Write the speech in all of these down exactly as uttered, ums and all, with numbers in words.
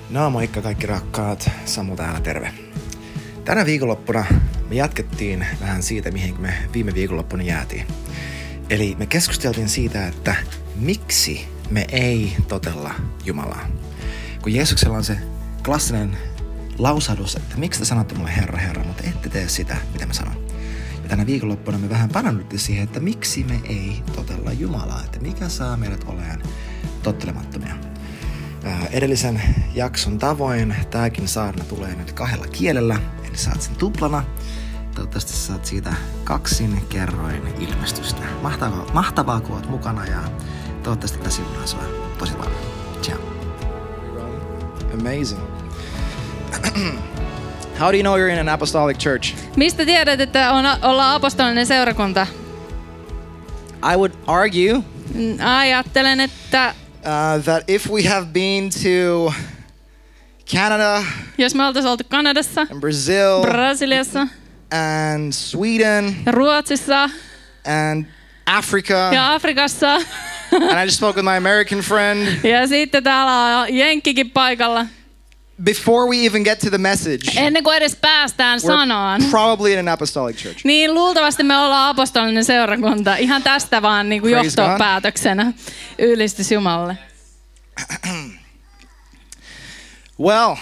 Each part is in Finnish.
No moikka kaikki rakkaat, Samu täällä, terve. Tänä viikonloppuna me jatkettiin vähän siitä, mihin me viime viikonloppuna jäätiin. Eli me keskusteltiin siitä, että miksi me ei totella Jumalaa. Kun Jeesuksella on se klassinen lausahdus, että miksi te sanotte mulle Herra, Herra, mutta ette tee sitä, mitä mä sanon. Ja tänä viikonloppuna me vähän panannuttiin siihen, että miksi me ei totella Jumalaa, että mikä saa meidät olemaan tottelemattomia. Edellisen jakson tavoin tääkin saarna tulee nyt kahdella kielellä, eli saat sen tuplana. Toivottavasti saat siitä kaksin kerroin ilmestystä. Mahtavaa, mahtavaa kun oot mukana ja toivottavasti tätä siunaa sua tosi paljon. Ciao. Amazing. How do you know you're in an apostolic church? Mistä tiedät, että on, ollaan apostolinen seurakunta? I would argue Ajattelen, että uh, that if we have been to Canada jos me oltaisiin oltu Kanadassa, and Brazil Brasiliassa and Sweden ja Ruotsissa and Africa ja Afrikassa and I just spoke with my American friend ja sitten täällä on Jenkkikin paikalla. before we even get to the message, Ennen kuin edes päästään sanoon, we're probably in an apostolic church. niin luultavasti me ollaan apostolinen seurakunta. Ihan tästä vaan niin kuin Praise johtopäätöksenä. Ylistys Jumalalle. Well,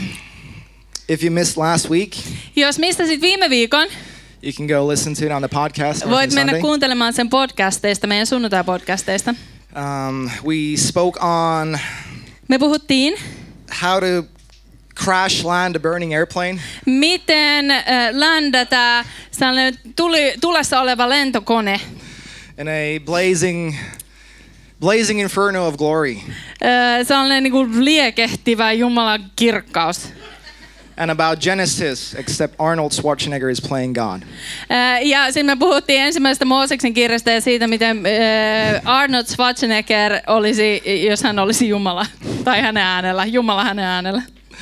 if you missed last week, Jos mistasit viime viikon, you can go listen to it on the podcast. North voit and mennä Sunday. kuuntelemaan sen podcasteista, meidän sunnuntai-podcasteista. Um, we spoke on Me puhuttiin, how to crash land a burning airplane. miten äh, ländätä sellainen tuli, tulessa oleva lentokone. In a blazing, blazing inferno of glory. Äh, sellainen niin kuin liekehtivä Jumalan kirkkaus. And about Genesis, except Arnold Schwarzenegger is playing God. Äh, ja sitten me puhuttiin ensimmäisestä Mooseksen kirjasta ja siitä, miten äh, Arnold Schwarzenegger olisi, jos hän olisi Jumala. Tai hänen äänellä. Jumala hänen äänellä.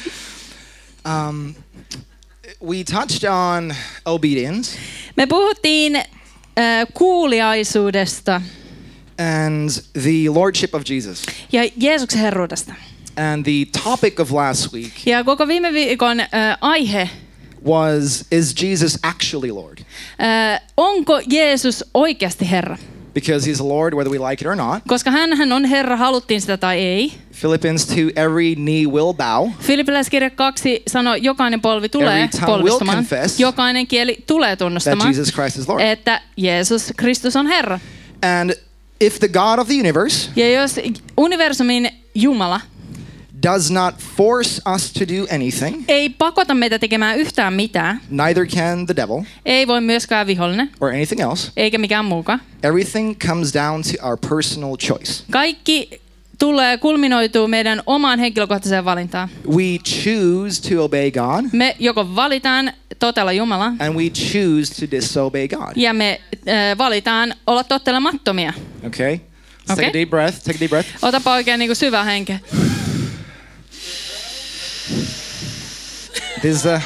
Um, we touched on obedience Me puhuttiin äh, kuuliaisuudesta and the lordship of Jesus. ja Jeesuksen herruudesta. And the topic of last week Ja koko viime viikon äh, aihe, was, is Jesus actually Lord? äh, onko Jeesus oikeasti Herra? Because he's Lord whether we like it or not. Koska hänhän on Herra, haluttiin sitä tai ei. Philippians two, every knee will bow. Filippiläiskirja kaksi sanoo, jokainen polvi tulee Every tongue will polvistumaan. confess Jokainen kieli tulee That tunnustamaan, Jesus Christ is Lord. että Jeesus Kristus on Herra. And if the God of the universe Ja jos universumin Jumala does not force us to do anything, ei pakota meitä tekemään yhtään mitään, neither can the devil ei voi myöskään vihollinen, or anything else. eikä mikään muukaan. Everything comes down to our personal choice. Kaikki tulee kulminoituu meidän omaan henkilökohtaiseen valintaan. We choose to obey God Me joko valitaan totella Jumalaa and we choose to disobey God. ja me äh, valitaan olla tottelemattomia. Okay? Let's take Okay. a deep breath. Take a deep breath. Otapa oikein niin kuin syvä henke. This is a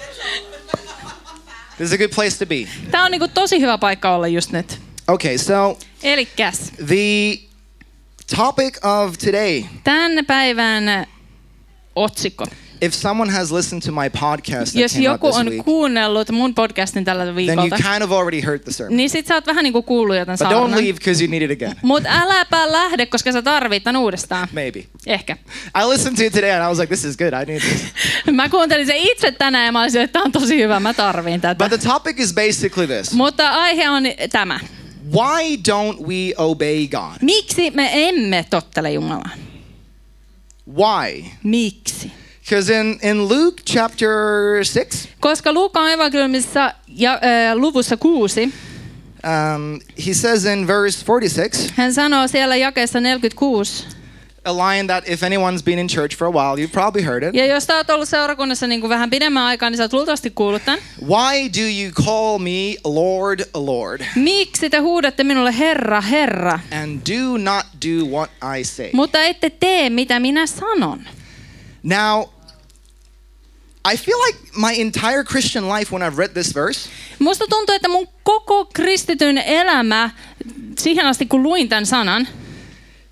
This is a good place to be. Tää on niin kuin tosi hyvä paikka olla just nyt. Okay, so Elikkäs, the topic of today, tämän päivän otsikko. if someone has listened to my podcast that Jos came out joku this on week, kuunnellut mun podcastin tällä then you viikolta, kind of already heard the sermon. niin sit sä oot vähän niinku kuullut jo tän But don't saarnan. leave because you need it again. Mut äläpä lähde, koska sä tarvit tän uudestaan. Maybe. Ehkä. I listened to it today and I was like, this is good. I need this. Mä kuuntelin sen itse tänään ja mä olisin, että tää on tosi hyvä, mä tarviin tätä. But the topic is basically this. Mutta aihe on tämä. Why don't we obey God? Miksi me emme tottele Jumalaa? Why? Miksi? Because in, in Luke chapter six, Koska Luukan evankeliumissa ja äh, luvussa kuusi, um, he says in verse forty-six, hän sanoo siellä jakeessa neljäkymmentäkuusi, a line that if anyone's been in church for a while, you've probably heard it. ja jos sä oot ollut seurakunnassa niin kuin vähän pidemmän aikaa, niin sä oot luultavasti kuullut tän. Why do you call me Lord, Lord, Miksi te huudatte minulle Herra, Herra, and do not do what I say? mutta ette tee mitä minä sanon? Now, I feel like my entire Christian life when I've read this verse, Musta tuntuu, että mun koko kristityn elämä, siihen asti kun luin tämän sanan,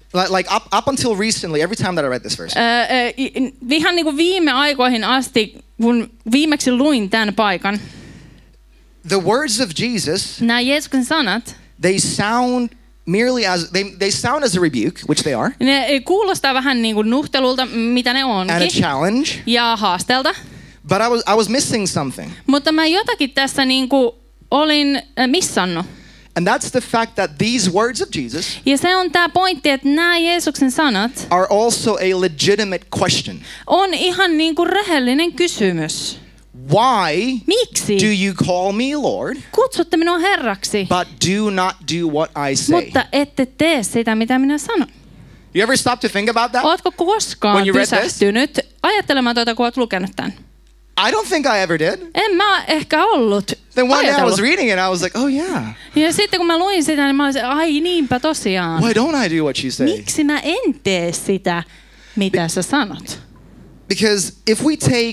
Like, like up, up until recently, every time that I read this verse, Öö, ihan niin kuin viime aikoihin asti, kun viimeksi luin tämän paikan, the words of Jesus, nämä Jeesuksen sanat, they sound merely as they, they sound as a rebuke, which they are, ne kuulostaa vähän niin kuin nuhtelulta, mitä ne and a onkin, challenge. ja haasteelta. But I was I was missing something, Mutta mä jotakin tässä niin kuin olin äh, missannut. and that's the fact that these words of Jesus Ja se on tämä pointti, että nämä Jeesuksen sanat are also a legitimate question. on ihan niin kuin rehellinen kysymys. Why Miksi do you call me Lord, kutsutte minua herraksi, but do not do what I say? mutta ette tee sitä, mitä minä sanon? You ever stop to think about that? Ootko koskaan When you read this? pysähtynyt ajattelemaan tuota, kun oot lukenut tämän? I don't think I ever did. En mä ehkä ollut Then one day I was ajatellut. reading it, I was like, oh yeah, Ja sitten kun mä luin sitä, niin mä olin, ai niinpä tosiaan. why don't I do what you say? Miksi mä en tee sitä, mitä sä sanot? Because if we take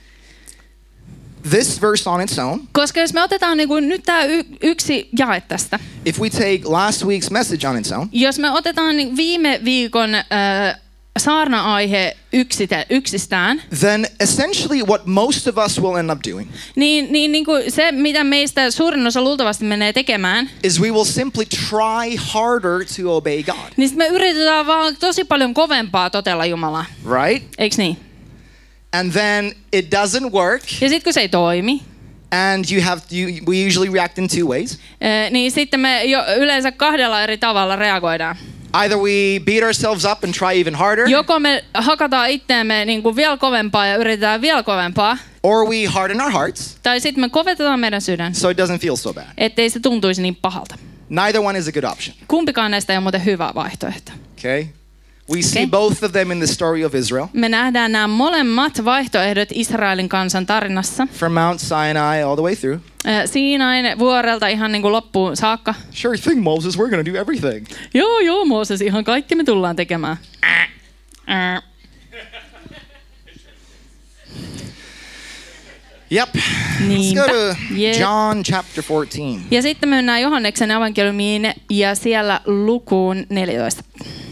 this verse on its own, Koska jos me otetaan niin kuin nyt tämä y- yksi jae tästä. if we take last week's message on its own, Jos me otetaan niin viime viikon äh, saarna-aihe yksite, yksistään, then essentially what most of us will end up doing niin, niin, niin kuin se, mitä meistä suurin osa luultavasti menee tekemään, is we will simply try harder to obey God, niin sit me yritetään vaan tosi paljon kovempaa totella Jumalaa. right? Eiks niin? And then it doesn't work, Ja sitten kun se ei toimi, and you have you, we usually react in two ways. äh, niin sitten me jo yleensä kahdella eri tavalla reagoidaan. Either we beat ourselves up and try even harder, Joko me hakataan itteemme niin kuin vielä kovempaa ja yritetään vielä kovempaa, or we harden our hearts tai sitten me kovetetaan meidän sydän, so it doesn't feel so bad. ettei se tuntuisi niin pahalta. Neither one is a good option. Kumpikaan näistä ei ole muuten hyvä vaihtoehto. Okay? We see Okay. both of them in the story of Israel. Me nähdään nämä molemmat vaihtoehdot Israelin kansan tarinassa. From Mount Sinai all the way through. Äh, Siinain vuorelta ihan niin kuin loppuun saakka. Sure thing, Moses, we're going to do everything. Joo, joo, Mooses, ihan kaikki me tullaan tekemään. Äh. Yep. Let's Niinpä. go to Jep. John chapter fourteen. Ja sitten me mennään Johanneksen evankeliumiin ja siellä lukuun neljätoista.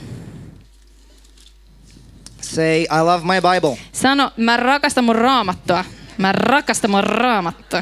Say, I love my Bible. Sano, mä rakastan mun raamattua. Mä rakastan mun raamattua.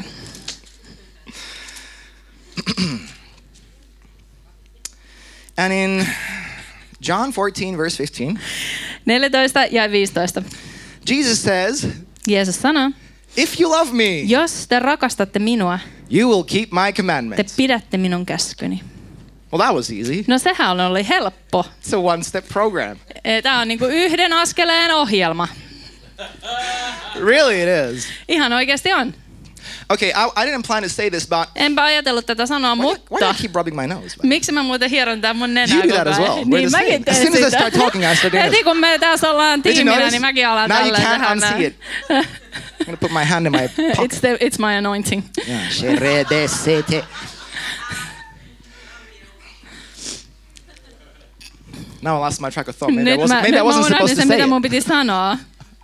And in John fourteen, verse fifteen, neljätoista ja viisitoista. Jesus says, Jeesus sanoo, if you love me, jos te rakastatte minua, you will keep my te commandments. pidätte minun käskyni. Well, that was easy. No sehän oli helppo. It's a one-step program. Tämä on niinku yhden askeleen ohjelma. Really, it is. Ihan oikeasti on. Okay, I, I didn't plan to say this, but Enpä ajatellut tätä sanoa, why, do- why do mutta I keep rubbing my nose? miksi mä muuten hieron tän mun nenää You do koko that as ajan? well. We're Niin the mäkin same. As teen soon as I sitä. start talking, I start doing Heti this. kun me tässä ollaan Did you tiiminä, notice? niin mäkin alan Now you tälleen can't tehdä unsee näin. it. I'm going to put my hand in my pocket. It's, the, it's my anointing. Yeah, sheredesete. Now I lost my track of thought. Maybe I Nyt wasn't, mä, maybe I nyt mä wasn't supposed unohdin to sen, say mitä it. mun piti sanoa.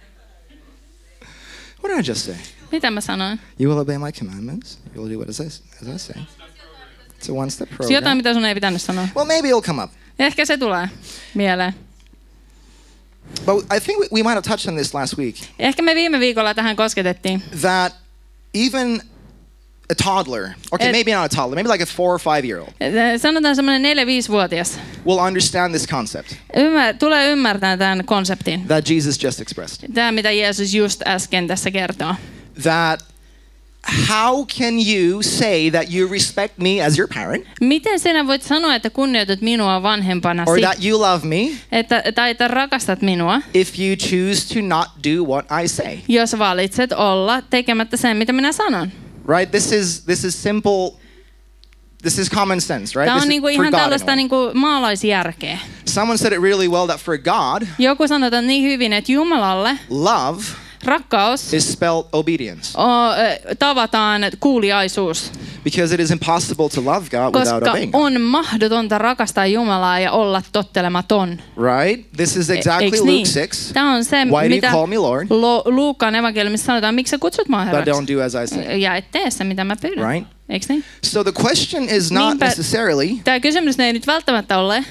What did I just say? Mitä mä sanoin? You will obey my commandments. You will do what as I, as I say. It's a one-step Se jotain, program. mitä sun ei pitänyt sanoa. Well, maybe it'll come up. Ehkä se tulee mieleen. But I think we, we might have touched on this last week. Ehkä me viime viikolla tähän kosketettiin. That even a toddler, okay, Et- maybe not a toddler, maybe like a four or five-year-old, Sanotaan semmoinen neljä-viisivuotias. will understand this concept Ymmär, tulee ymmärtää tämän konseptin. that Jesus just expressed. Tämä, mitä Jeesus just äsken tässä kertoo. That how can you say that you respect me as your parent, Miten sinä voit sanoa, että kunnioitat minua vanhempanasi, or that you love me, että, tai että rakastat minua, if you choose to not do what I say? jos valitset olla tekemättä sen, mitä minä sanon? Right? This is this is simple. This is common sense, right? Tämä This on is niinku for ihan God tällaista anyway. niinku maalaisjärkeä. Someone said it really well that for God, Joku sanotaan niin hyvin, että Jumalalle love rakkaus is spelled obedience, o, ö, tavataan kuuliaisuus, because it is impossible to love God without koska obeying God. on mahdotonta rakastaa Jumalaa ja olla tottelematon. Right? This is exactly Eiks Luke niin? six. Tämä on se, Why do you mitä call me Lord, Lo- Luukkaan evankeliumissa sanotaan, miksi sä kutsut mua but herraksi? don't do as I say? Ja et tee se, mitä mä pyydän. Right? Eiks niin? So the question is not Niinpä- necessarily Tämä kysymys ei nyt välttämättä ole,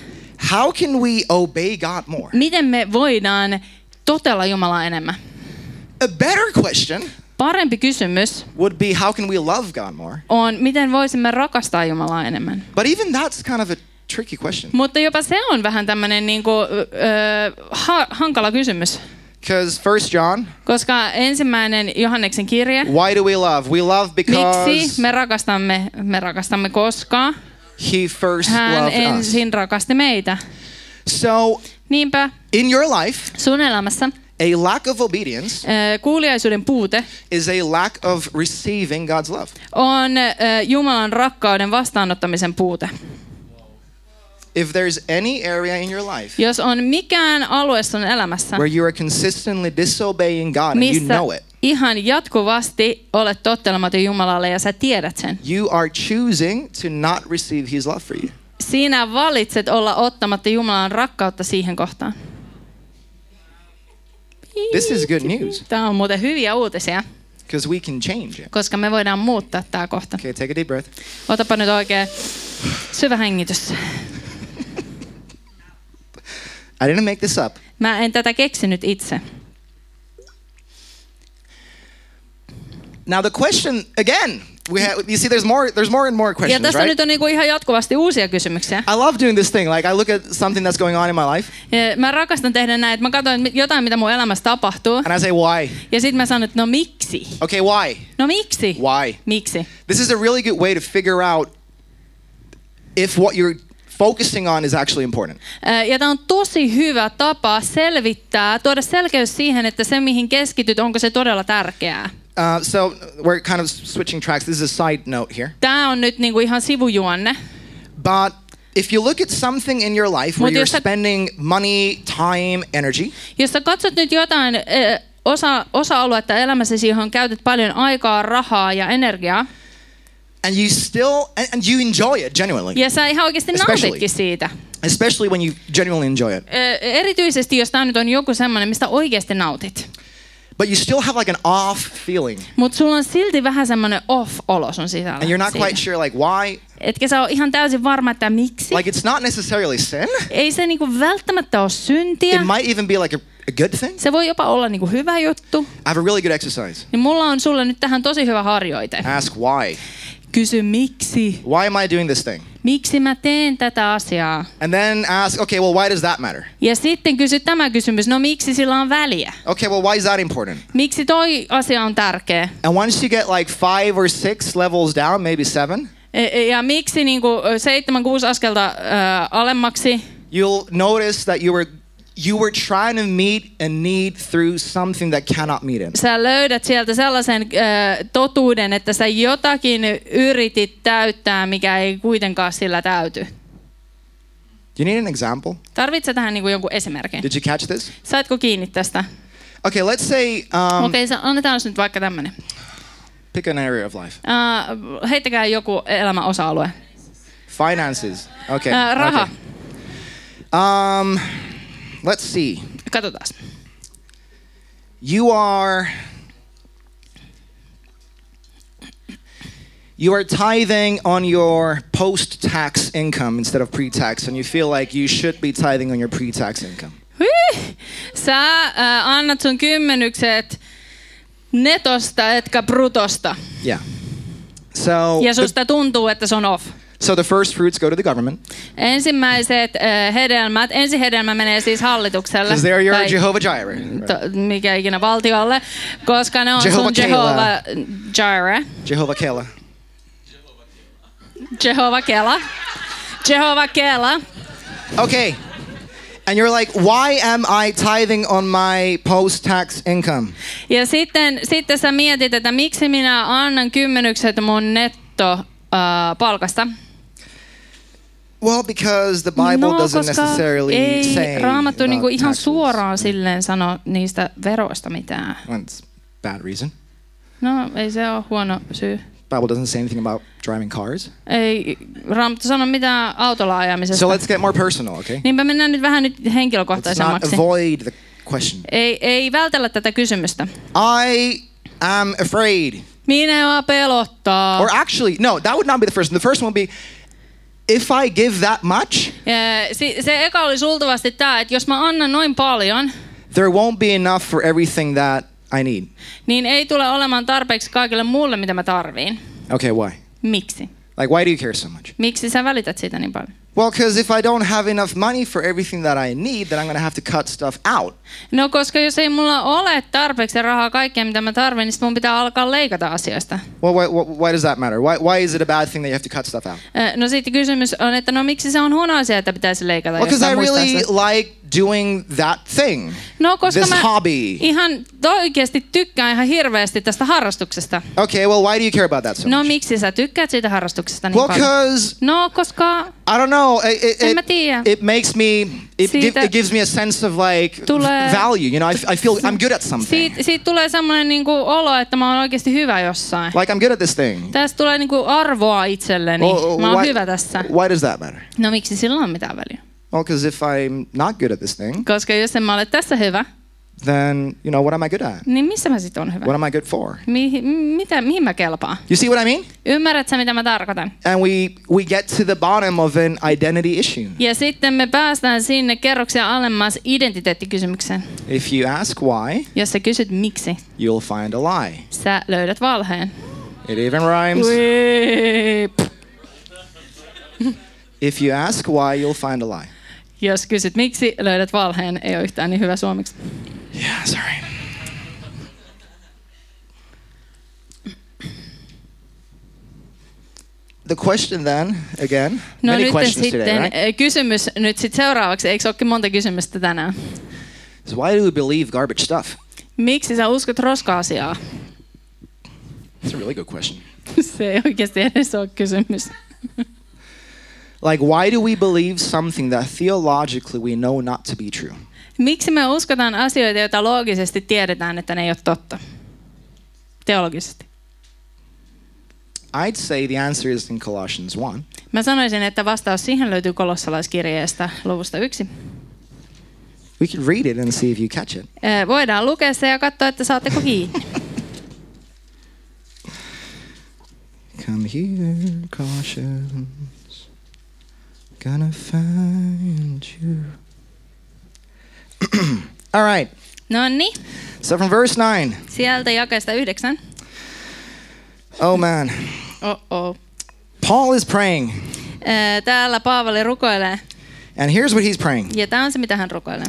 how can we obey God more? Miten me voidaan totella Jumalaa enemmän? A better question Parempi kysymys would be how can we love God more? on, miten voisimme rakastaa Jumalaa enemmän. But even that's kind of a tricky question. Mutta jopa se on vähän tämmöinen niinku, öö, ha- hankala kysymys. Because First John, Koska ensimmäinen Johanneksen kirje, why do we love? We love because miksi me rakastamme? Me rakastamme, koska he first hän loved us. ensin rakasti meitä. So Niinpä in your life, sun elämässä a lack of obedience öö, kuuliaisuuden puute is a lack of receiving God's love. on öö, Jumalan rakkauden vastaanottamisen puute. If there's any area in your life Jos on mikään alue sun elämässä, where you are consistently disobeying God and you missä know it, ihan jatkuvasti olet tottelematon Jumalalle ja sä tiedät sen. you are choosing to not receive his love for you. Sinä valitset olla ottamatta Jumalan rakkautta siihen kohtaan. This is good news Tämä on muuten hyviä uutisia, because we can change it. koska me voidaan muuttaa tämä kohta. Okay, take a deep breath. Otapa nyt oikein syvä hengitys. I didn't make this up. Mä en tätä keksinyt itse. Now the question again, we have, you see there's more there's more and more Ja questions, tässä right? nyt on niinku ihan jatkuvasti uusia kysymyksiä. I love doing this thing. Like I look at something that's going on in my life Ja mä rakastan tehdä näin, että mä katson jotain, mitä mun elämässä tapahtuu. and I say why? Ja sitten mä sanon, että no miksi? Okay, why? No miksi? Why? Miksi? This is a really good way to figure out if what you're focusing on is actually important. Ää, Ja tämä on tosi hyvä tapa selvittää, tuoda selkeys siihen, että se mihin keskityt, onko se todella tärkeää. Uh, so we're kind of switching tracks. This is a side note here. Tämä on nyt niinku ihan sivujuonne. But if you look at something in your life where Mut you're jos sä- spending money, time, energy, Jos sä katsot nyt jotain ö, osa, osa-aluetta elämässäsi, johon käytät paljon aikaa, rahaa ja energiaa, and you still and, and you enjoy it genuinely, ja sä ihan oikeasti Especially. nautitkin siitä. especially when you genuinely enjoy it, Ö, Erityisesti, jos tämä nyt on joku semmoinen, mistä oikeasti nautit. but you still have like an off feeling, Mutta sulla on silti vähän semmoinen off-olo sun sisällä. and you're not siitä. quite sure like why. Etkä sä ole ihan täysin varma, että miksi. Like it's not necessarily sin. Ei se niinku välttämättä ole syntiä. It might even be like a, a good thing. Se voi jopa olla niinku hyvä juttu. I have a really good exercise. Niin mulla on sulle nyt tähän tosi hyvä harjoite. Ask why. Kysy miksi. Why am I doing this thing? Miksi mä teen tätä asiaa? And then ask, okay, well, why does that matter? Ja sitten kysy tämä kysymys, no miksi sillä on väliä? Okay, well, why is that important? Miksi toi asia on tärkeä? And once you get like five or six levels down, maybe seven, E- Ja miksi niinku seitsemän, kuusi askelta äh, alemmaksi? you'll notice that you were you were trying to meet a need through something that cannot meet it. Sä löydät sieltä sellaisen äh, totuuden, että sä jotakin yritit täyttää, mikä ei kuitenkaan sillä täyty. You need an example? Tarvitset tähän niinku jonkun esimerkin? Did you catch this? Saitko kiinni tästä? Okay, let's say um, Okei, okay, annetaan nyt vaikka tämmönen. pick an area of life. Uh, heittäkää joku elämän osa-alue. Finances. Okay. Uh, raha. okay. Um, let's see. Katsotaan. You are you are tithing on your post-tax income instead of pre-tax, and you feel like you should be tithing on your pre-tax income. Hui! Sä uh, annat sun kymmenykset netosta etkä brutosta. Yeah. So Ja the, susta tuntuu, että se on off. so the first fruits go to the government Ensimmäiset uh, hedelmät, ensihedelmä menee siis hallitukselle. because they're your tai Jehovah Jireh. to, mikä ikinä valtiolle, koska ne on Jehovah sun Kela. Jehovah Jireh. Jehovah Kela. Jehovah Kela. Jehovah Kela. Okay. And you're like, why am I tithing on my post-tax income? Ja sitten, sitten sä mietit, että miksi minä annan kymmenykset mun netto uh, palkasta. Well, because the Bible no, doesn't koska necessarily ei say Raamattu niinku about ihan taxes. suoraan silleen sano niistä veroista mitään. That's bad reason. No, ei se ole huono syy. Bible doesn't say anything about driving cars. Ei Raamattu sano mitään autolla ajamisesta. So let's get more personal, okay? Niinpä mennään nyt vähän nyt Let's not henkilökohtaisemmaksi. avoid the question. Ei, ei vältellä tätä kysymystä. I am afraid. Minua pelottaa. Or actually, no, that would not be the first one. The first one would be, if I give that much, Ja si- se eka oli sultuvasti tää, että jos mä annan noin paljon, there won't be enough for everything that I need. niin ei tule olemaan tarpeeksi kaikille muulle, mitä mä tarviin. Okay, why? Miksi? Like, why do you care so much? Miksi sä välität siitä niin paljon? Well, because if I don't have enough money for everything that I need, then I'm going to have to cut stuff out. No koska jos ei mulla ole tarpeeksi rahaa kaikkea, mitä mä tarvin, niin sit mun pitää alkaa leikata asioista. Well, why, why, why does that matter? Why, why is it a bad thing that you have to cut stuff out? Ö, No sitten kysymys on, että no miksi se on huono asia, että pitäisi leikata Well, because I jostain muista really asioista? like doing that thing. No koska this mä hobby. ihan oikeasti tykkään ihan hirveästi tästä harrastuksesta. Okay, well, why do you care about that so No much? miksi sä tykkäät siitä harrastuksesta niin Well, paljon? because No koska I don't know. It, it, En mä it, tiedä. it makes me. It, Siitä give, it gives me a sense of like tulee- v- value. You know, I, I feel I'm good at something. siitä, siitä tulee semmoinen niinku olo, että mä oon oikeasti hyvä jossain. Like I'm good at this thing. Tästä tulee niinku arvoa itselleni. Well, Mä oon why, hyvä tässä. why does that matter? No miksi sillä on mitään väliä? Well, because if I'm not good at this thing, Koska jos en mä ole tässä hyvä, then you know what am I good at? niin missä mä sit on hyvä? What am I good for? Mi- mitä, mihin mä kelpaan? You see what I mean? Ymmärrät sä, mitä mä tarkoitan? And we we get to the bottom of an identity issue. Ja sitten me päästään sinne kerroksia alemmas identiteettikysymykseen. If you ask why, Jos sä kysyt miksi, you'll find a lie. sä löydät valheen. It even rhymes. Ui. If you ask why, you'll find a lie. Jos kysyt miksi, löydät valheen. Ei ole yhtään niin hyvä suomeksi. Yeah, sorry. The question then, again, No many nyt questions sitten today, right? eh, kysymys nyt sit seuraavaksi. Eikö olekin monta kysymystä tänään? Is why do we believe garbage stuff? Miksi sä uskot roska-asiaa? It's a really good question. Se ei oikeasti edes ole kysymys. Like, why do we believe something that theologically we know not to be true? Miksi me uskotaan asioita, joita loogisesti tiedetään, että ne ei ole totta? Teologisesti. I'd say the answer is in Colossians one. Mä sanoisin, että vastaus siihen löytyy kolossalaiskirjeestä luvusta yksi. We could read it and see if you catch it. Ee, voidaan lukea se ja katsoa, että saatteko kiinni. Come here, Colossians. Gonna find you. All right. Nonni, So from verse nine. sieltä jakeesta yhdeksän. Oh man. Oh-oh. Paul is praying. Ee, täällä Paavali rukoilee. And here's what he's praying. Ja tää on se, mitä hän rukoilee.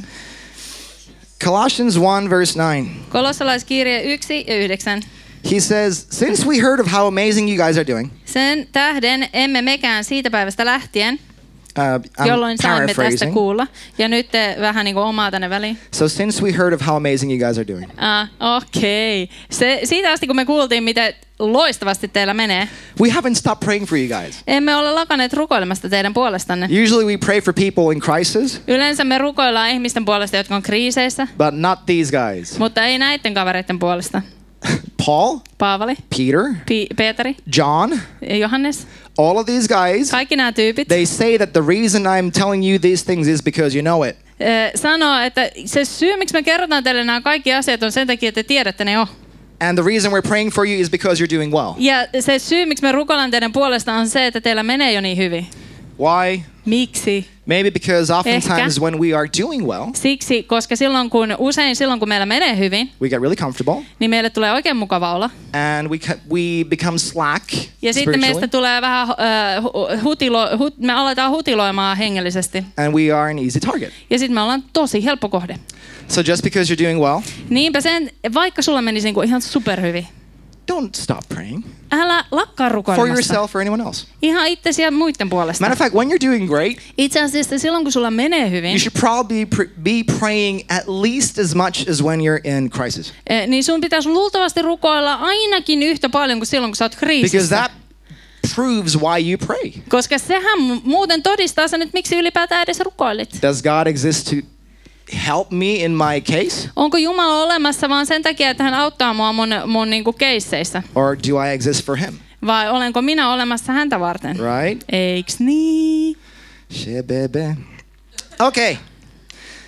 Colossians one verse nine. Kolossalaiskirje yksi ja yhdeksän. He says, since we heard of how amazing you guys are doing, Sen tähden emme mekään siitä päivästä lähtien, uh, I'm jolloin saimme tästä paraphrasing. kuulla. Ja nyt te vähän niin kuin omaa tänne väliin. So since we heard of how amazing you guys are doing, Ah, okei. Okay. Siitä asti, kun me kuultiin, miten loistavasti teillä menee, we haven't stopped praying for you guys. emme ole lakaneet rukoilemasta teidän puolestanne. Usually we pray for people in crisis, Yleensä me rukoillaan ihmisten puolesta, jotka on kriiseissä, but not these guys. mutta ei näiden kavereiden puolesta. Paul, Paavali, Peter, Pi- Peetari, John, Johannes, all of these guys, kaikki nämä tyypit they say that the reason I'm telling you these things is because you know it. eh, sanoo, että se syy, miksi me kerrotaan teille nämä kaikki asiat, on sen takia, että te tiedätte ne jo. And the reason we're praying for you is because you're doing well. Ja se syy, miksi me rukoillaan teidän puolesta, on se, että teillä menee jo niin hyvin. Why? Miksi? Maybe because oftentimes Ehkä. when we are doing well, Siksi, koska silloin kun, usein silloin kun meillä menee hyvin, we get really comfortable niin meille tulee oikein mukava olla. and we ca- we become slack Ja sitten meistä spiritually, tulee vähän, äh, hu- hutilo, hut, me aletaan hutiloimaan hengellisesti. and we are an easy target. Ja sitten me ollaan tosi helppo kohde. So just because you're doing well, Niinpä sen, vaikka sulla menisi niinku ihan superhyvin, don't stop praying älä lakkaa for rukoilemasta. yourself or anyone else. Ihan itsesi ja muiden puolesta. Matter of fact, when you're doing great, Itse asiassa silloin, kun sulla menee hyvin, you should probably pr- be praying at least as much as when you're in crisis, eh, niin sun pitäisi luultavasti rukoilla ainakin yhtä paljon kuin silloin, kun sä oot because kriisissä. that proves why you pray. Koska sehän mu- muuten todistaa sen, että miksi ylipäätään edes rukoilit. Does God exist to help me in my case, Onko Jumala olemassa vaan sen takia, että hän auttaa mua mun, mun niinku keisseissä? or do I exist for Him? Vai olenko minä olemassa häntä varten? Right? Eiks niin? Shebebe. Okay.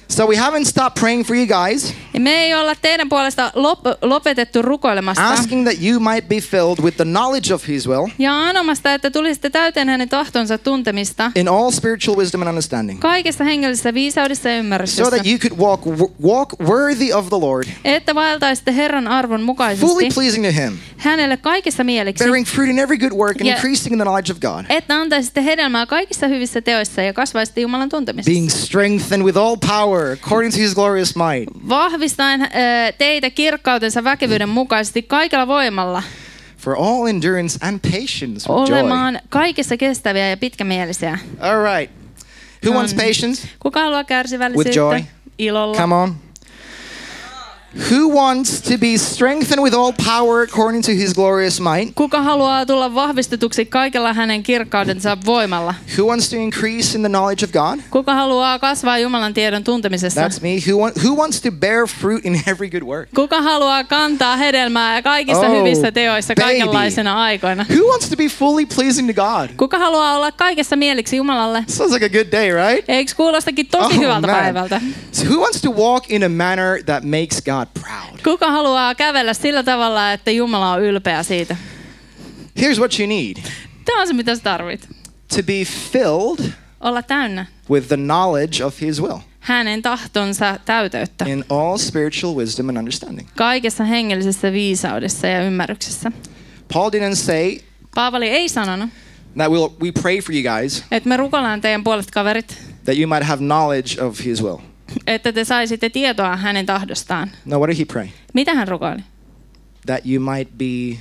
So we haven't stopped praying for you guys, Ja me ei olla teidän puolesta lop- lopetettu rukoilemasta. asking that you might be filled with the knowledge of his will Ja anomasta, että tulisitte täyteen hänen tahtonsa tuntemista. in all spiritual wisdom and understanding, Kaikessa hengellisessä viisaudessa ja so ymmärryksessä. that you could walk walk worthy of the Lord, Että vaeltaisitte Herran arvon fully mukaisesti pleasing to him, hänelle kaikissa mieliksi. bearing fruit in every good work and Yeah. increasing in the knowledge of God, Että antaisitte hedelmää kaikissa hyvissä teoissa ja kasvaisitte Jumalan tuntemisessa. being strengthened with all power according to his glorious might, Vahvistaen äh, teitä kirkkautensa väkevyyden mukaisesti kaikella voimalla. for all endurance and patience with joy. Olemaan kaikessa kestäviä ja pitkämielisiä. All right. Who wants No niin. patience? Kuka haluaa With kärsivällisyyttä? joy. Ilolla. Come on. Who wants to be strengthened with all power according to his glorious might? Kuka haluaa tulla vahvistetuksi kaikella hänen kirkkaudensa voimalla? Who wants to increase in the knowledge of God? Kuka haluaa kasvaa Jumalan tiedon tuntemisessa? That's me. Who, want, who wants to bear fruit in every good work? Kuka haluaa kantaa hedelmää kaikissa Oh, hyvissä teoissa baby. kaikenlaisena aikoina? Who wants to be fully pleasing to God? Kuka haluaa olla kaikessa mieliksi Jumalalle? Sounds like a good day, right? Eikö kuulostakin tosi Oh, hyvältä man. päivältä? So who wants to walk in a manner that makes God proud? Kuka haluaa kävellä sillä tavalla, että Jumala on ylpeä siitä? Here's what you need. Tämä on se, mitä sä tarvit. To be filled Olla täynnä with the knowledge of his will hänen tahtonsa täyteyttä. in all spiritual wisdom and understanding. Kaikessa hengellisessä viisaudessa ja ymmärryksessä. Paul didn't say Paavali ei sanonut, that we'll, we pray for you guys että me rukoillaan teidän puolesta kaverit, that you might have knowledge of his will. että te saisitte tietoa hänen tahdostaan. No, what did he pray? Mitä hän rukoili? That you might be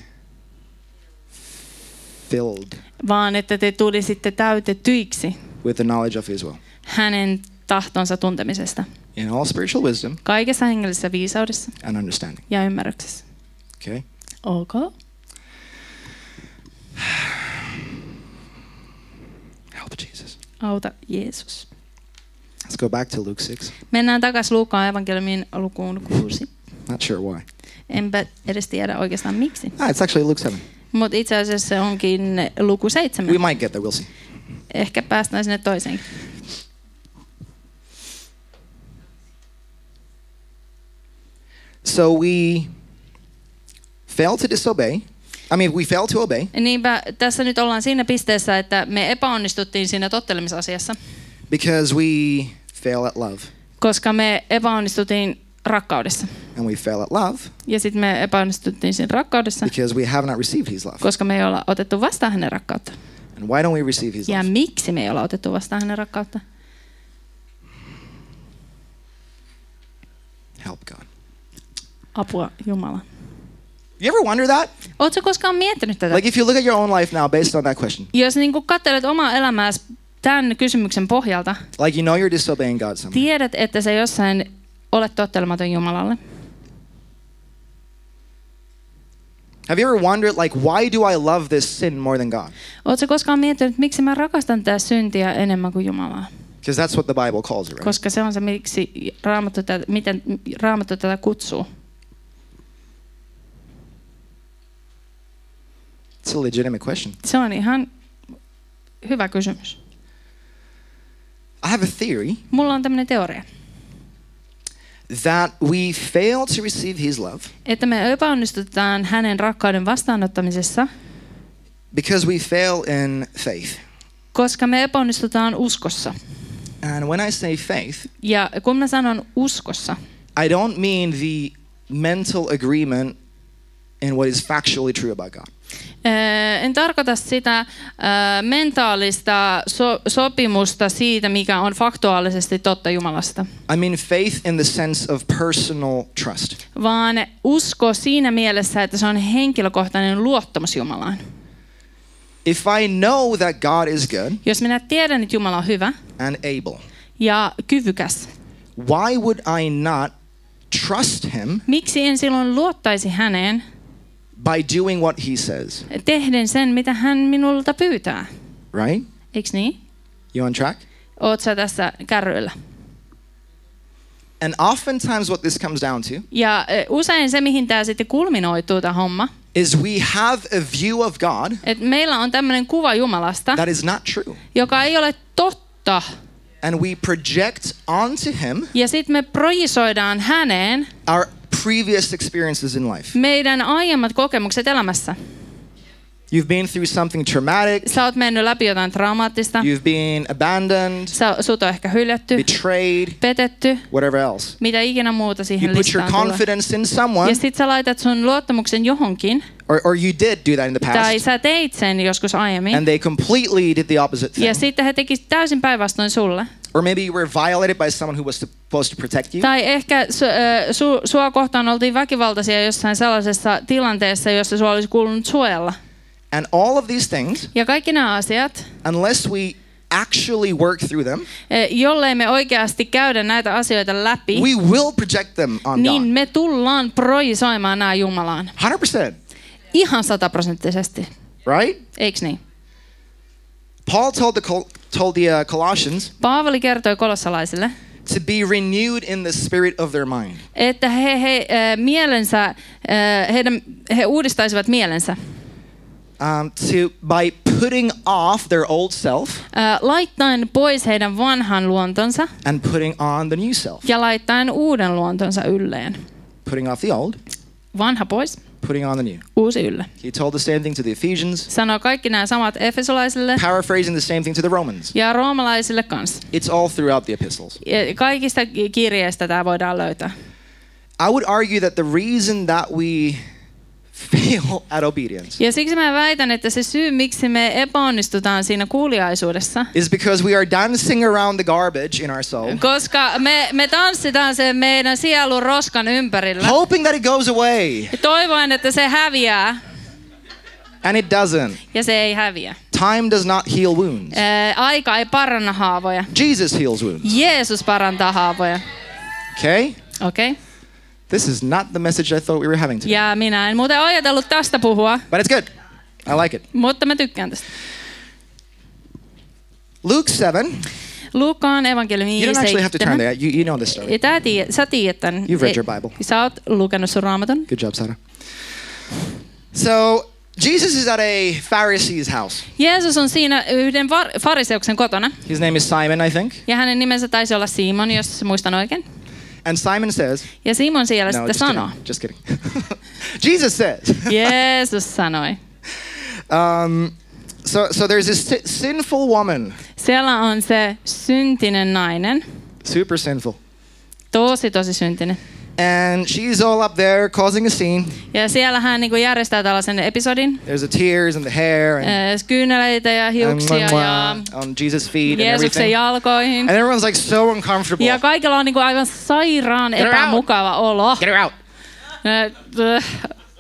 filled Vaan että te tulisitte täytetyiksi with the knowledge of his will hänen tahtonsa tuntemisesta. in all spiritual wisdom Kaikessa hengellisessä viisaudessa and understanding. ja ymmärryksessä. Okay? Ok. Help Jesus. Auta Jeesus. Let's go back to Luke six. Mennään takaisin Luukaan evankeliumin lukuun kuusi. Not sure why. Enpä edes tiedä oikeastaan miksi. Ah, it's actually Luke seven. Mutta itse asiassa se onkin luku seitsemän. We might get there, we'll see. Ehkä päästään sinne toiseenkin. So we fail to disobey. I mean, we fail to obey Niinpä tässä nyt ollaan siinä pisteessä, että me epäonnistuttiin siinä tottelemisasiassa, because we fail at love. koska me epäonnistuttiin rakkaudessa. And we fail at love Ja sitten me epäonnistuttiin siinä rakkaudessa, because we have not received his love. koska me ei olla otettu vastaan hänen rakkautta. And why don't we receive his Ja love? miksi me ei olla otettu vastaan hänen rakkautta? Help God. Apua Jumala. You ever wonder that? Ootko koskaan miettinyt tätä? Like if you look at your own life now based on that question. Jos niin katselet omaa elämääsi tämän kysymyksen pohjalta, Like you know you're disobeying God somewhere. tiedät, että sä jossain olet tottelematon Jumalalle. Have you ever wondered like why do I love this sin more than God? Ootko koskaan miettinyt, miksi mä rakastan tätä syntiä enemmän kuin Jumalaa? Because that's what the Bible calls it, right? Koska se on se, miksi Raamattu tätä, miten Raamattu tätä kutsuu. It's a legitimate question. Se on ihan hyvä kysymys. I have a theory Mulla on tämmöinen teoria, that we fail to receive his love että me epäonnistutaan hänen rakkauden vastaanottamisessa, because we fail in faith. koska me epäonnistutaan uskossa. And when I say faith, Ja kun mä sanon uskossa, I don't mean the mental agreement in what is factually true about God. en tarkoita sitä mentaalista so- sopimusta siitä, mikä on faktuaalisesti totta Jumalasta, I mean faith in the sense of personal trust. vaan usko siinä mielessä, että se on henkilökohtainen luottamus Jumalaan. If I know that God is good Jos minä tiedän, että Jumala on hyvä and able, ja kyvykäs, why would I not trust him miksi en silloin luottaisi häneen by doing what he says? tehden sen, mitä hän minulta pyytää? Right? Eiks niin? You on track? Oot sä tässä kärryillä? And oftentimes what this comes down to Ja e, usein se, mihin tämä sitten kulminoituu tämä homma, is we have a view of God että meillä on tämmöinen kuva Jumalasta, that is not true. joka ei ole totta. and we project onto him Ja sitten me projisoidaan häneen our previous experiences in life. meidän aiemmat kokemukset elämässä. You've been through something traumatic. Sä oot mennyt läpi jotain traumaattista. You've been abandoned, Sä, sut on ehkä hylätty, betrayed, petetty, whatever else. mitä ikinä muuta You siihen put your listaan tulee. confidence in someone, Ja sit sä laitat sun luottamuksen johonkin, or, or you did do that in the tai past, sä teit sen joskus aiemmin. and they completely did the opposite thing. Ja sitten he tekisivät täysin päinvastoin sulle. Or maybe you were violated by someone who was supposed to protect you. Tai ehkä su, ö, su, sua kohtaan oltiin väkivaltaisia jossain sellaisessa tilanteessa, jossa sua olisi kuulunut suojella. And all of these things, Ja kaikki nämä asiat, unless we actually work through them, eh, jollei me oikeasti käydä näitä asioita läpi, we will project them on niin God. me tullaan projisoimaan nämä Jumalaan. one hundred percent, Ihan sataprosenttisesti. right? Eiks niin? Paul told the Col- told the uh, Colossians Paavali kertoi kolossalaisille, to be renewed in the spirit of their mind. että he, he, äh, mielensä, äh, heidän, he uudistaisivat mielensä. Um, to by putting off their old self Äh, laittaen pois heidän vanhan luontonsa and putting on the new self. ja laittaen uuden luontonsa ylleen. Putting off the old, Vanha pois, putting on the new. uusi ylle. He told the same thing to the Ephesians, Sanoo kaikki nämä samat efesolaisille paraphrasing the same thing to the Romans. ja roomalaisille kanssa. It's all throughout the epistles. Ja kaikista kirjeistä tämä voidaan löytää. I would argue that the reason that we fail at obedience Ja siksi mä väitän, että se syy, miksi me epäonnistutaan siinä kuuliaisuudessa, is because we are dancing around the garbage in our soul, koska me, me tanssitaan sen meidän sielun roskan ympärillä. hoping that it goes away, Toivoen, että se häviää, and it doesn't. ja se ei häviä. Time does not heal wounds. Ää, aika ei paranna haavoja. Jesus heals wounds. Jeesus parantaa haavoja. Okay? Okei. Okay. This is not the message I thought we were having today. Ja minä en muuten ajatellut tästä puhua, But it's good. I like it. mutta mä tykkään tästä. Luke seven. Luukkaan evankeliumi You don't actually have to turn seitsemän. there. You, you know this story. Tää tiedät, sä tiedät tän. You've read your Bible. Sä oot lukenut sun raamatun. Good job, Sarah. So, Jesus is at a Pharisee's house. Jeesus on siinä yhden var- fariseuksen kotona. His name is Simon, I think. Ja hänen nimensä taisi olla Simon, jos muistan oikein. And Simon says, Ja Simon siellä no, sitten just sanoo. kidding. Just kidding. Jesus says. Jeesus sanoi. Um, so, so there's this si- sinful woman, Siellä on se syntinen nainen. super sinful. Tosi, tosi syntinen. And she's all up there causing a scene. Ja siellä hän niin järjestää tällaisen episodin. There's the tears and the hair and, Äh, Kyyneleitä ja hiuksia and ja on Jesus' feet and Jeesuksen everything. jalkoihin. And everyone's like so uncomfortable. Ja kaikilla on niin aivan sairaan Get her out. epämukava olo. Get her out. Äh, äh,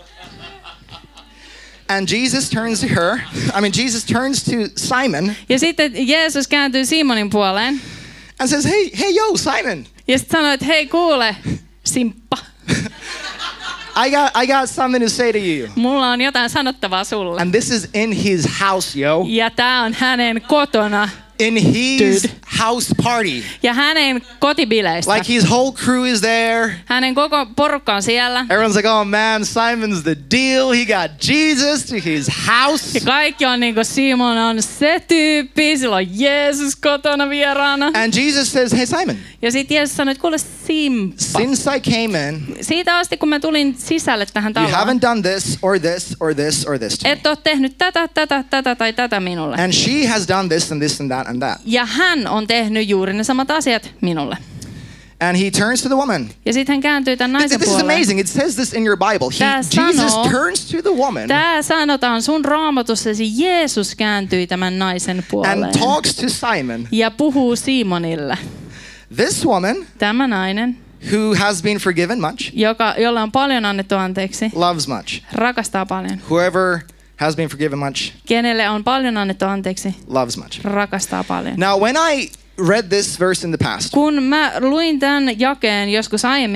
And Jesus turns to her. I mean, Jesus turns to Simon Ja sitten Jeesus kääntyy Simonin puoleen. and says, "Hey, hey, yo, Simon, Ja sitten sanoi, että hei kuule, simppa. I got, I got something to say to you." Mulla on jotain sanottavaa sulle. And this is in his house, yo, Ja tää on hänen kotona in his Dude. house party. ja hänen kotibileistä. Like his whole crew is there. Hänen koko porukka on siellä. Everyone's like, "Oh man, Simon's the deal. He got Jesus to his house." Ja kaikki on niinku Simon on se tyyppi, sillä on Jeesus kotona vieraana. And Jesus says, "Hey, Simon, Ja sitten Jeesus sanoi, että kuule simppa. since I came in, Siitä asti kun mä tulin sisälle tähän you taloon, haven't done this or this or this or this to me. et ole tehnyt tätä, tätä, tätä tai tätä minulle. And she has done this and this and that and that." Ja hän on tehnyt juuri ne samat asiat minulle. And he turns to the woman. Ja sitten hän kääntyy tämän This, naisen this is puoleen. amazing. It says this in your Bible. He, Tää Jesus sanoo- turns to the woman Tää sanotaan sun raamatussasi, Jeesus kääntyi tämän naisen puoleen. and talks to Simon. Ja puhuu Simonille. This woman, Tämä nainen, who has been forgiven much, joka, jolla on paljon annettu anteeksi, loves much. rakastaa paljon. Whoever has been forgiven much, Kenelle on paljon annettu anteeksi, loves much. rakastaa paljon. Now, when I read this verse in the past, Kun mä luin tämän jakeen joskus aiemmin,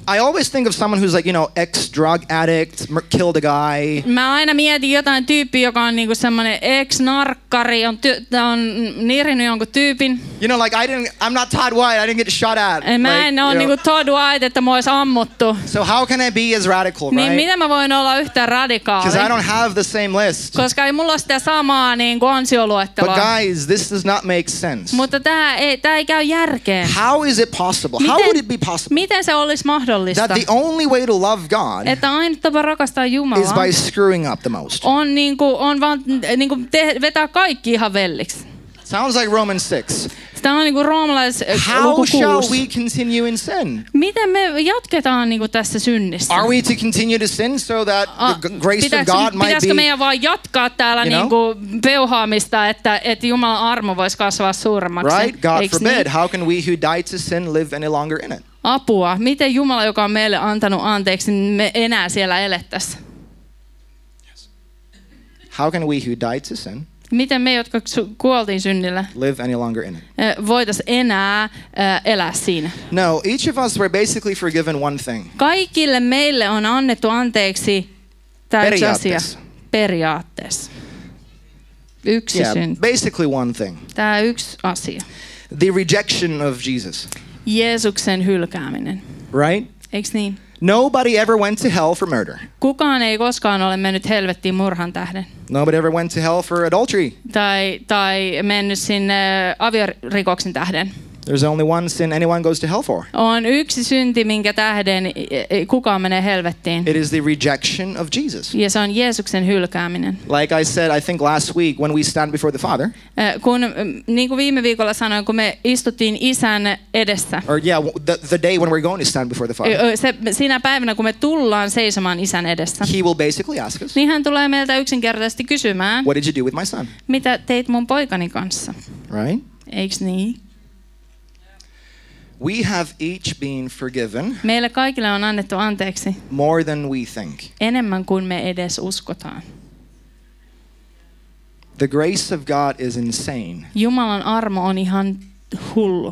I always think of someone who's like, you know, ex-drug addict, mur- killed a guy. Mä aina mietin jotain tyyppiä, joka on niinku semmoinen ex-narkkari, on, ty- on nirinyt jonkun tyypin. You know, like I didn't, I'm not Todd White, I didn't get shot at. Mä en like, ole you niinku know. Todd White, että mua olisi ammuttu. So how can I be as radical, Niin right? miten mä voin olla yhtä radikaali? Because I don't have the same list. Koska ei mulla ole sitä samaa niin kuin But ansioluetteloa. guys, this does not make sense. Mutta tää ei, tää ei käy järkeen. How is it possible? How would it be possible miten se olisi mahdollista? that the only way to love God Että ainut tapa rakastaa is Jumalaa by screwing up the most? on, niinku, on vaan niinku te, vetää kaikki ihan velliksi. Sounds like Romans six. Tämä on niinku roomalais How luku shall kuusi. we continue in sin? Miten me jatketaan niinku tässä synnissä? Are we to continue to sin so that Ah, the g- grace of pitäisikö- God might Pitäisikö be... meidän vaan jatkaa täällä You know? niinku peuhaamista, että, että Jumalan armo voisi kasvaa suuremmaksi? Right? God Eiks forbid. niin? How can we who died to sin live any longer in it? Apua. Miten Jumala, joka on meille antanut anteeksi, niin me enää siellä elettäisiin? How can we who died to sin Miten me, jotka su- kuoltiin synnillä, live any longer in it? voitaisiin enää äh, elää siinä? No, each of us were basically forgiven one thing. Kaikille meille on annettu anteeksi tämä yksi asia. Periaatteessa. Periaatteessa. Yksi Yeah, synti. basically one thing. Tämä yksi asia. The rejection of Jesus, Jeesuksen hylkääminen. right? Eiks niin? Nobody ever went to hell for murder. Kukaan ei koskaan ole mennyt helvettiin murhan tähden. Nobody ever went to hell for adultery. Tai, tai mennyt sinne aviorikoksen tähden. There's only one sin anyone goes to hell for. On yksi synti, minkä tähden kukaan menee helvettiin. It is the rejection of Jesus. Ja se on Jeesuksen hylkääminen. Like I said, I think last week when we stand before the Father, Äh, Kun, niin kuin viime viikolla sanoin, kun me istuttiin isän edessä. or yeah, the, the day when we're going to stand before the Father, Ö, Se, sinä päivänä, kun me tullaan seisomaan isän edessä, He will basically ask us, niin hän tulee meiltä yksinkertaisesti kysymään, what did you do with my son? mitä teit mun poikani kanssa? Right? Eiks niin? We have each been forgiven Meille kaikille on annettu anteeksi more than we think. enemmän kuin me edes uskotaan. The grace of God is insane. Jumalan armo on ihan hullu.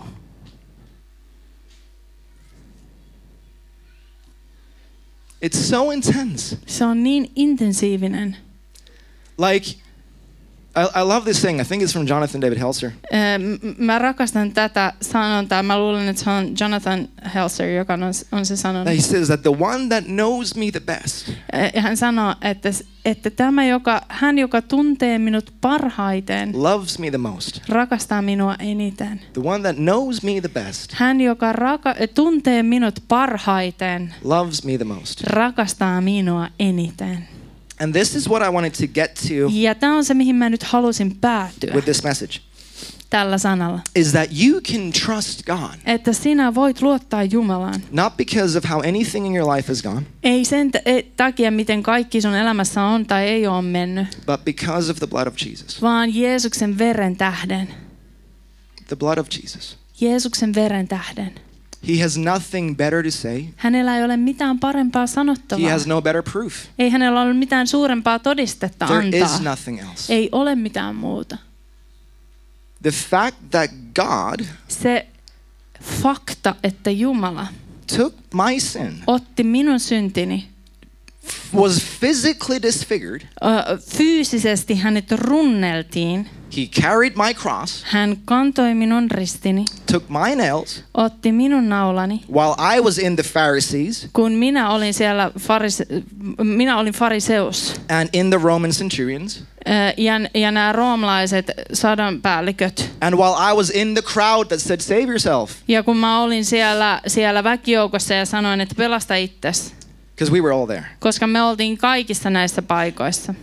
It's so intense. Se on niin intensiivinen. Like, I, I love this thing. I think it's from Jonathan David Helser. Ö, m- Mä rakastan tätä sanontaa. Mä luulen, että se on Jonathan Helser, joka on, on se sanonut. He says that the one that knows me the best Ö, Hän sanoo, että, että tämä, joka, hän, joka tuntee minut parhaiten, loves me the most. rakastaa minua eniten. The one that knows me the best Hän, joka raka- tuntee minut parhaiten, loves me the most. rakastaa minua eniten. And this is what I wanted to get to Ja tämä on se, mihin mä nyt halusin päätyä with this message, tällä sanalla. is that you can trust God, Että sinä voit luottaa Jumalaan. not because of how anything in your life has gone, Ei sen t- e- takia, miten kaikki sun elämässä on tai ei ole mennyt, but because of the blood of Jesus. vaan Jeesuksen veren tähden. The blood of Jesus. Jeesuksen veren tähden. He has nothing better to say. Hänellä ei ole mitään parempaa He sanottavaa. has no better proof. Ei hänellä ole mitään suurempaa todistetta There antaa. is nothing else. Ei ole mitään muuta. The fact that God Se fakta, että Jumala took my sin, otti minun syntini, was physically disfigured. ö, fyysisesti hänet runneltiin. He carried my cross, Hän kantoi minun ristini, took my nails, otti minun naulani. while I was in the Pharisees Kun minä olin siellä farise, minä olin fariseus and in the Roman centurions, ö, ja, ja nämä roomalaiset sadanpäälliköt. and while I was in the crowd that said, save yourself, Ja kun mä olin siellä, siellä väkijoukossa ja sanoin, että pelasta itsesi, because we were all there. koska me oltiin kaikissa näissä paikoissa.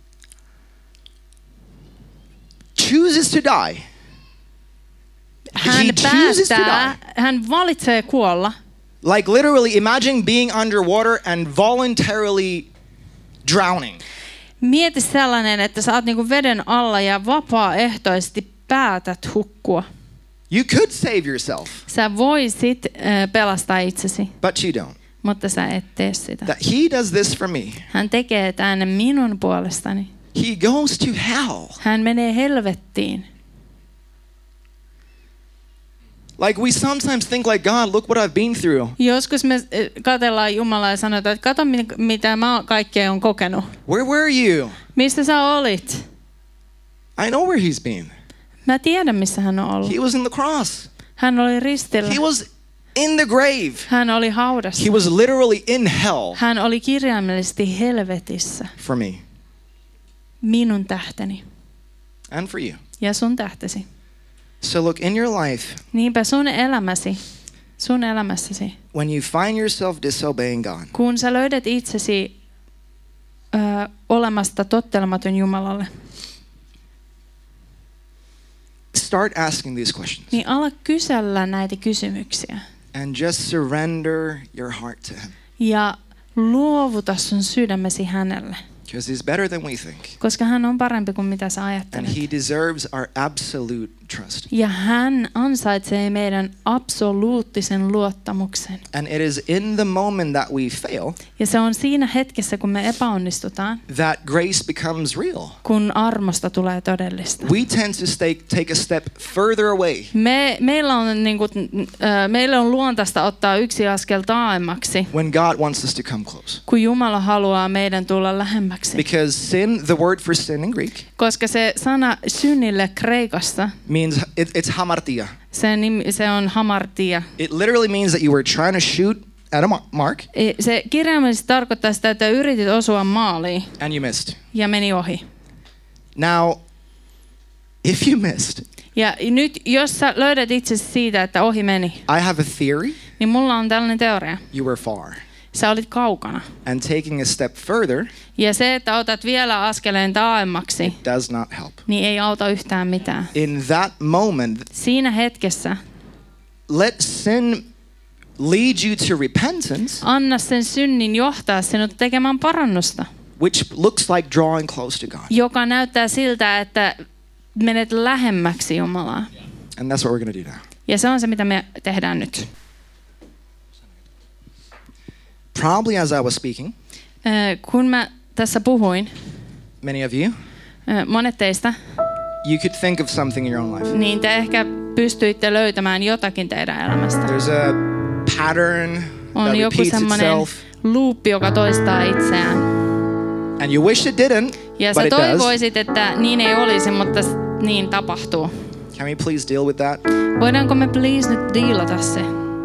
Chooses to die. Hän He chooses to päättää, die. hän valitsee kuolla. Like literally imagine being underwater and voluntarily drowning. Mieti sellainen, että sä oot niinku veden alla ja vapaaehtoisesti päätät hukkua. You could save yourself, Sä voisit äh, pelastaa itsesi, but you don't. mutta sä et tee sitä. That he does this for me. Hän tekee tämän minun puolestani. He goes to hell. Hän menee helvettiin. Like we sometimes think like, God, look what I've been through. Joskus me eh, katsellaan Jumalaa ja sanotaan, että kato mi- mitä mä kaikkea on kokenut. Where were you? Mistä sä olit? I know where he's been. Mä tiedän, missä hän on ollut. He was in the cross. Hän oli ristillä. He was in the grave. Hän oli haudassa. He was literally in hell Hän oli kirjaimellisesti helvetissä. for me Minun tähteni and for you. ja sun tähtesi. So look, in your life, Niinpä sun elämäsi, sun elämässäsi, when you find yourself disobeying God, kun sä löydät itsesi ö, olemasta tottelematon Jumalalle, start asking these questions niin ala kysellä näitä kysymyksiä and just surrender your heart to him. ja luovuta sun sydämesi hänelle, Because he's better than we think. koska hän on parempi kuin mitä sä And ajattelet. he deserves our absolute trust. Ja hän ansaitsee meidän absoluuttisen luottamuksen. And it is in the moment that we fail Ja se on siinä hetkessä, kun me epäonnistutaan, that grace becomes real. kun armosta tulee todellista. We tend to stay, take a step further away. Me, meillä, on, niin kuin, äh, meillä on luontaista ottaa yksi askel taaemmaksi, When God wants us to come close. kun Jumala haluaa meidän tulla lähemmäksi. Because sin, the word for sin in Greek, Koska se sana synnille kreikassa, means it, it's hamartia. se, nimi, se on hamartia. It literally means that you were trying to shoot at a ma- mark E, Se kirjaimellisesti tarkoittaa sitä, että yritit osua maaliin and you missed. ja meni ohi. Now, if you missed, Ja nyt jos sä löydät itsesi siitä, että ohi meni, I have a theory, niin mulla on tällainen teoria. you were far. Sä olit kaukana. And taking a step further Ja se, että otat vielä askeleen taaemmaksi, does not help. niin ei auta yhtään mitään. In that moment, Siinä hetkessä let sin lead you to repentance, anna sen synnin johtaa sinut tekemään parannusta, which looks like drawing close to God. joka näyttää siltä, että menet lähemmäksi Jumalaa. And that's what we're going to do now. Ja se on se, mitä me tehdään nyt. Probably as I was speaking, Ö, Kun mä tässä puhuin, many of you, ö, monet teistä, you could think of something in your own life. niin te ehkä pystyitte löytämään jotakin teidän elämästä. There's a pattern On that joku repeats semmoinen itself, luuppi, joka toistaa itseään. and you wish it didn't, Ja but sä it does. toivoisit, että niin ei olisi, mutta s- niin tapahtuu. Can we please deal with that? Voidaanko me please nyt diilata se?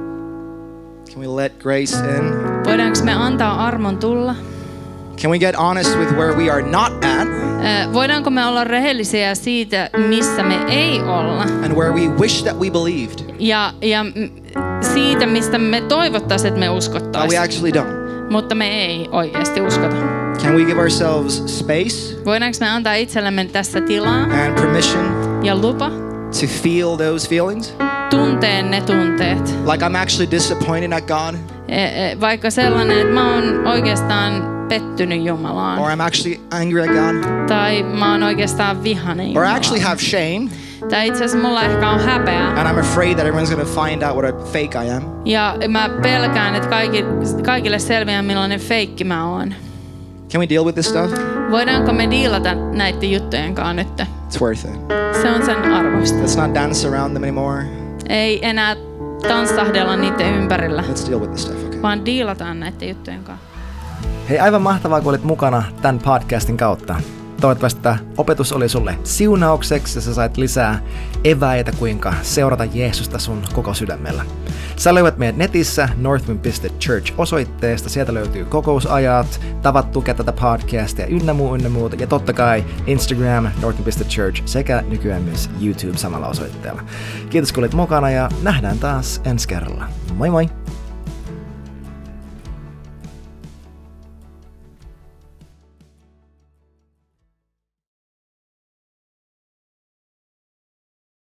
Can we let grace in? Voidaanko me antaa armon tulla? Can we get honest with where we are not at Ö, Voidaanko me olla rehellisiä siitä, missä me ei olla? and where we wish that we believed, Ja, ja mm, siitä, mistä me toivottaisiin, että me but we uskottaisiin. actually don't? Mutta me ei oikeasti uskota. Can we give ourselves space Voidaanko me antaa itsellemme tässä tilaa and permission ja lupa to feel those feelings? tunteen ne tunteet? Like I'm actually disappointed at God, E, e, vaikka sellainen, että mä oon oikeastaan pettynyt Jumalaan. or I'm actually angry at God, Tai mä oon oikeastaan vihainen or I Jumalaan. actually have shame, Tai itse asiassa mulla ehkä on häpeä. and I'm afraid that everyone's going to find out what a fake I am. Ja mä pelkään, että kaikki, kaikille selviää millainen feikki mä oon. Can we deal with this stuff? Voidaanko me diilata näiden juttujen kanssa nyt? It's worth it. Se on sen arvosta. Let's not dance around them anymore. Ei enää tanssahdella niiden ympärillä, Let's deal with this stuff, okay? vaan diilataan näiden juttujen kanssa. Hei, aivan mahtavaa, kun olit mukana tämän podcastin kautta. Toivottavasti tämä opetus oli sulle siunaukseksi ja sä sait lisää eväitä, kuinka seurata Jeesusta sun koko sydämellä. Sä löydät meidät netissä northwind piste church osoitteesta. Sieltä löytyy kokousajat, tavat tukea tätä podcastia ynnä muu, ynnä muuta. Ja totta kai Instagram, northwind piste church sekä nykyään myös YouTube samalla osoitteella. Kiitos kun olit mukana ja nähdään taas ensi kerralla. Moi moi!